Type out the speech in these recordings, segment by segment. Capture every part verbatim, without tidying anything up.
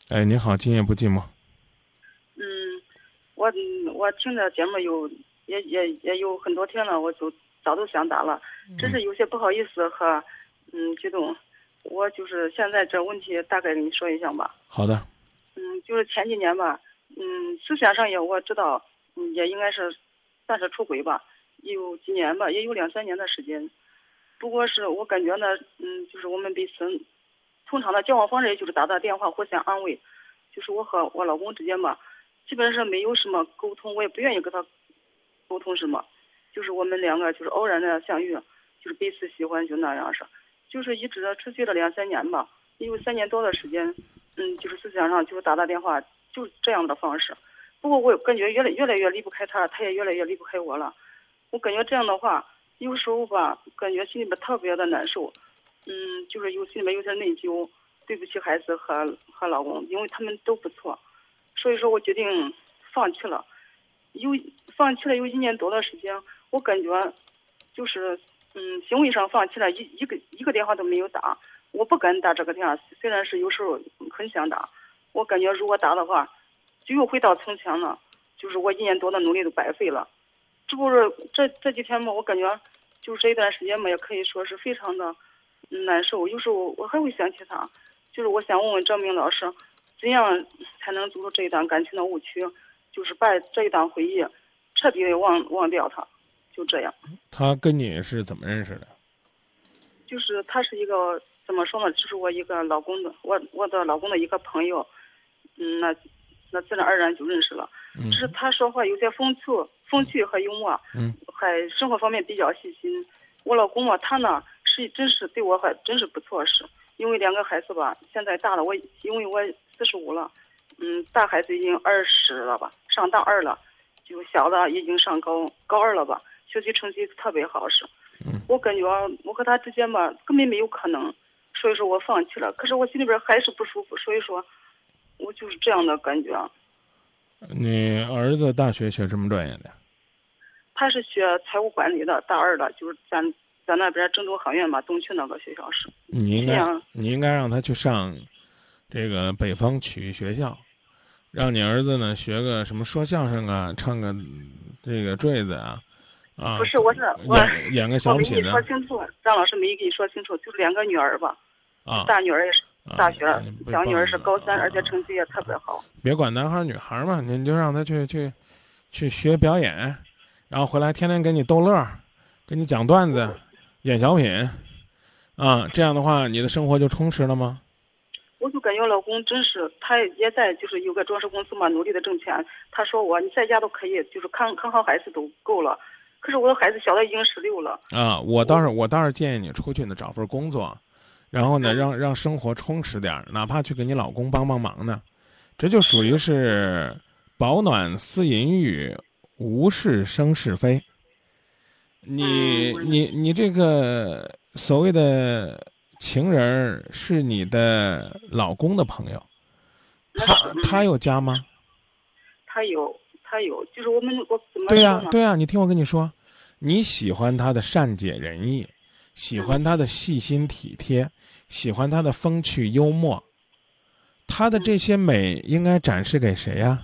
哎，您好，今夜不寂寞。 嗯，我我听着节目有也也也有很多天了，我就早都想打了，只嗯， 是有些不好意思和嗯激动。我就是现在这问题大概跟你说一下吧。 好的。 嗯，就是前几年吧，嗯，思想上也我知道，嗯，也应该是算是出轨吧，有几年吧，也有两三年的时间。不过是我感觉呢，嗯，就是我们彼此通常的交往方式，也就是打打电话互相安慰。就是我和我老公之间吧，基本上没有什么沟通，我也不愿意跟他沟通什么。就是我们两个就是偶然的相遇，就是彼此喜欢就那样式，就是一直持续了两三年吧，有三年多的时间。嗯，就是思想上就是打打电话，就这样的方式。不过我感觉越来越来越离不开他，他也越来越离不开我了。我感觉这样的话，有时候吧，感觉心里边特别的难受。嗯，就是有心里面有点内疚，对不起孩子和和老公，因为他们都不错，所以说我决定放弃了。有放弃了有一年多的时间，我感觉就是嗯，行为上放弃了，一一个一个电话都没有打。我不敢打这个电话，虽然是有时候很想打，我感觉如果打的话，就又回到从前了，就是我一年多的努力都白费了。这不是这这几天嘛，我感觉就是这一段时间嘛，也可以说是非常的嗯难受。有时候我还会想起他，就是我想问问张明老师，怎样才能走出这一段感情的误区，就是把这一段回忆彻底的忘忘掉它，就这样。 他跟你是怎么认识的？ 就是他是一个怎么说呢？就是我一个老公的，我我的老公的一个朋友。嗯，那那自然而然就认识了。 嗯只是他说话有些风趣、风趣和幽默， 嗯还生活方面比较细心。我老公嘛，他呢是真是对我还真是不错是，因为两个孩子吧，现在大了我因为我四十五了，嗯，大孩子已经二十了吧，上大二了，就小的已经上高高二了吧，学习成绩特别好是。 嗯， 我感觉我和他之间吧根本没有可能，所以说我放弃了。可是我心里边还是不舒服，所以说我就是这样的感觉。 你儿子大学学什么专业的？ 他是学财务管理的，大二的，就是咱咱那边郑州航院吧，东区那个学校是。 你应该这样。 你应该让他去上这个北方曲艺学校，让你儿子呢学个什么说相声啊，唱个这个坠子啊，啊， 不是，我是我演演个我没跟你小品呢， 说清楚，张老师没跟你说清楚，就是两个女儿吧， 啊大女儿也是啊， 大学， 不小女儿是高三，而且啊， 成绩也特别好。 别管男孩儿女孩儿嘛，你就让他去去去学表演，然后回来天天给你逗乐儿，给你讲段子，演小品，啊，这样的话你的生活就充实了吗？ 我就感觉我老公真是，他也在就是有个装饰公司嘛，努力的挣钱。他说我你在家都可以，就是看看好孩子都够了。可是我的孩子小的已经十六了。 啊，我倒是我倒是建议你出去呢找份工作，然后呢嗯让让生活充实点儿，哪怕去给你老公帮帮忙呢，这就属于是饱暖思淫欲，无事生是非。你嗯， 你你这个所谓的情人儿是你的老公的朋友，他那是嗯， 他有家吗？ 他有他有，就是我们我怎么对说呢？ 呀对呀，你听我跟你说，你喜欢他的善解人意，喜欢嗯他的细心体贴，喜欢他的风趣幽默，他的嗯这些美应该展示给谁呀？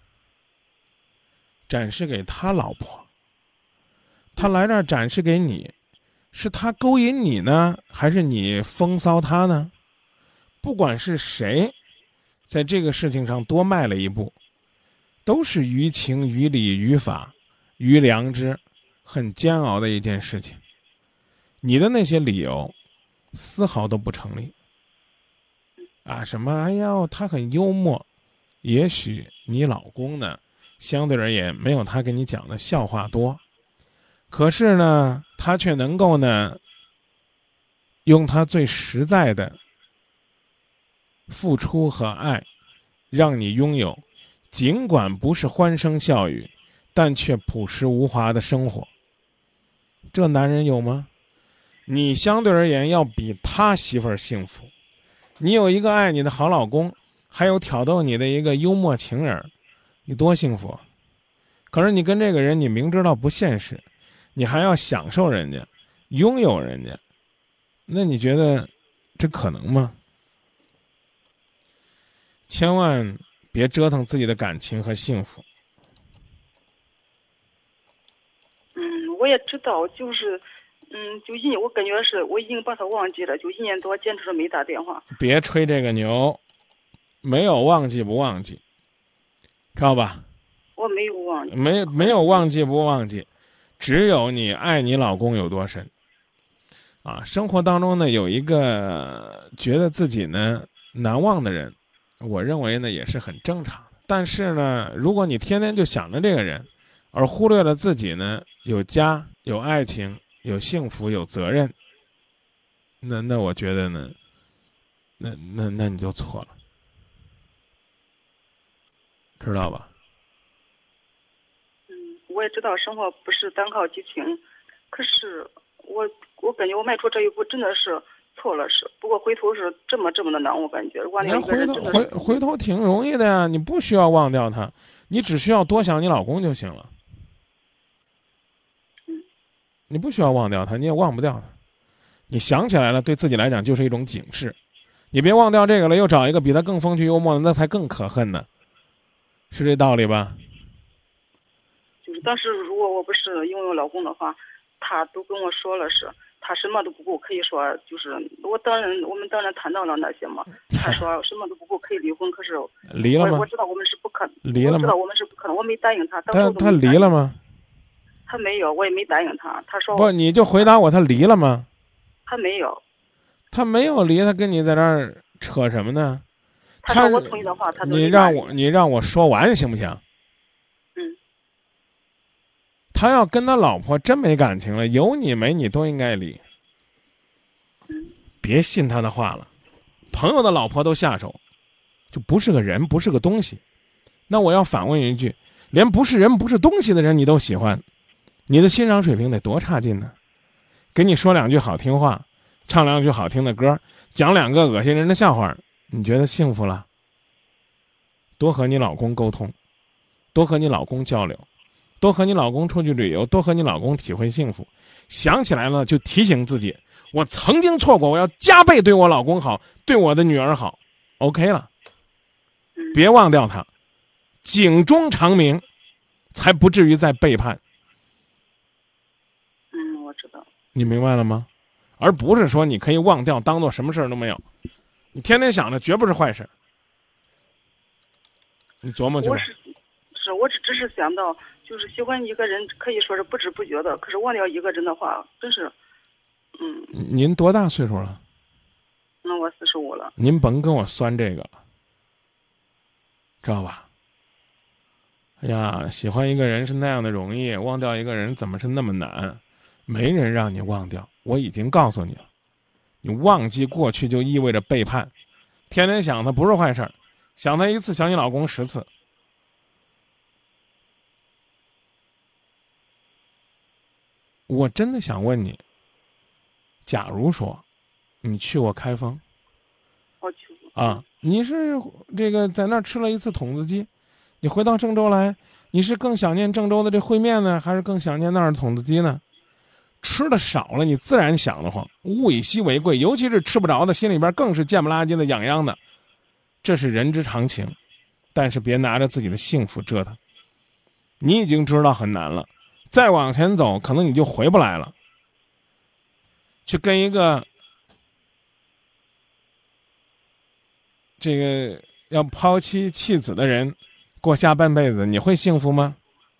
展示给他老婆。他嗯来这儿展示给你，是他勾引你呢，还是你风骚他呢？不管是谁，在这个事情上多迈了一步，都是于情于理于法于良知，很煎熬的一件事情。你的那些理由，丝毫都不成立。啊，什么？哎呀，他很幽默，也许你老公呢，相对而言没有他跟你讲的笑话多，可是呢，他却能够呢，用他最实在的付出和爱，让你拥有，尽管不是欢声笑语，但却朴实无华的生活。这男人有吗？你相对而言要比他媳妇儿幸福。你有一个爱你的好老公，还有挑逗你的一个幽默情人，你多幸福。可是你跟这个人，你明知道不现实，你还要享受人家，拥有人家，那你觉得这可能吗？ 千万别折腾自己的感情和幸福。 嗯，我也知道，就是，嗯，就一年，我感觉是我已经把他忘记了，就一年多坚持着没打电话。 别吹这个牛，没有忘记不忘记，知道吧？ 我没有忘记， 没没有忘记不忘记，只有你爱你老公有多深。啊，生活当中呢，有一个觉得自己呢难忘的人，我认为呢也是很正常的。但是呢，如果你天天就想着这个人，而忽略了自己呢有家、有爱情、有幸福、有责任，那那我觉得呢，那那那你就错了，知道吧？ 嗯，我也知道生活不是单靠激情，可是我我感觉我迈出这一步真的是错了，是不过回头是这么这么的难，我感觉忘掉一个人真的回回头挺容易的呀，你不需要忘掉他，你只需要多想你老公就行了。 嗯， 你不需要忘掉他，你也忘不掉他。你想起来了，对自己来讲就是一种警示。你别忘掉这个了，又找一个比他更风趣幽默的，那才更可恨呢。是这道理吧？ 就是当时如果我不是拥有老公的话，他都跟我说了是，他什么都不顾，可以说就是我当然我们当然谈到了那些嘛，他说什么都不顾可以离婚，可是离了吗？ 我我知道我们是不可能， 离了吗？ 我知道我们是不可能，我没答应他。 他他离了吗？ 他没有，我也没答应他。他说不，你就回答我，他离了吗？ 他没有。 他没有离，他跟你在这儿扯什么呢？ 他说我同意的话，他你让我你让我说完行不行？ 嗯。 他要跟他老婆真没感情了，有你没你都应该离。 嗯。 别信他的话了，朋友的老婆都下手，就不是个人，不是个东西。那我要反问一句，连不是人不是东西的人你都喜欢，你的欣赏水平得多差劲呢？给你说两句好听话，唱两句好听的歌，讲两个恶心人的笑话，你觉得幸福了？多和你老公沟通，多和你老公交流，多和你老公出去旅游，多和你老公体会幸福。想起来了就提醒自己，我曾经错过，我要加倍对我老公好，对我的女儿好。 OK 了，别忘掉他，警钟长鸣，才不至于再背叛。 嗯，我知道。 你明白了吗？而不是说你可以忘掉，当做什么事儿都没有。你天天想着绝不是坏事。你琢磨去吧。 我是是我只只是想到，就是喜欢一个人可以说是不知不觉的，可是忘掉一个人的话，真是，嗯。 您多大岁数了？ 那我四十五了。 您甭跟我酸这个了，知道吧？哎呀，喜欢一个人是那样的容易，忘掉一个人怎么是那么难？没人让你忘掉，我已经告诉你了。你忘记过去就意味着背叛，天天想他不是坏事儿，想他一次想你老公十次。我真的想问你，假如说你去过开封， 我去过啊，你是这个在那儿吃了一次筒子鸡，你回到郑州来，你是更想念郑州的这烩面呢，还是更想念那儿的筒子鸡呢？吃的少了，你自然想得慌，物以稀为贵，尤其是吃不着的，心里边更是贱不拉几的痒痒的，这是人之常情。但是别拿着自己的幸福折腾，你已经知道很难了，再往前走，可能你就回不来了。去跟一个这个要抛妻弃子的人过下半辈子，你会幸福吗？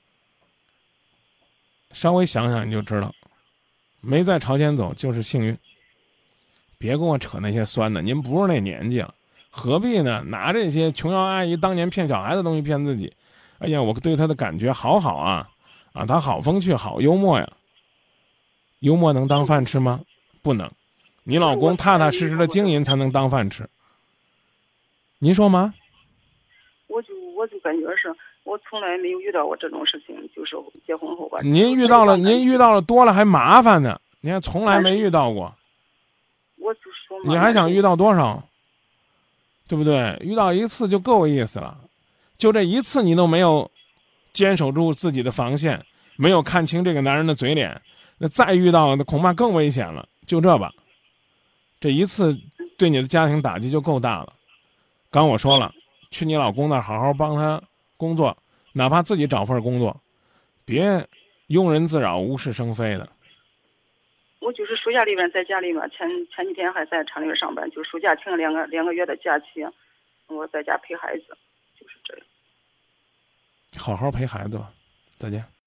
稍微想想你就知道，没在朝前走就是幸运。别跟我扯那些酸的，您不是那年纪了，何必呢？拿这些琼瑶阿姨当年骗小孩的东西骗自己。哎呀，我对她的感觉好好啊，啊，她好风趣，好幽默呀。幽默能当饭吃吗？不能。你老公踏踏实实的经营才能当饭吃。您说吗？ 我就我就感觉是我从来没有遇到过这种事情，就是结婚后吧。 您遇到了，您遇到了多了还麻烦呢。您还从来没遇到过。 我就说嘛。 你还想遇到多少？对不对？遇到一次就够意思了，就这一次你都没有坚守住自己的防线，没有看清这个男人的嘴脸，那再遇到那恐怕更危险了。就这吧，这一次对你的家庭打击就够大了。刚我说了， 去你老公那儿好好帮他工作，哪怕自己找份工作，别庸人自扰、无事生非的。 我就是暑假里边在家里面，前前几天还在厂里面上班，就暑假请了两个两个月的假期，我在家陪孩子，就是这样。 好好陪孩子吧，再见。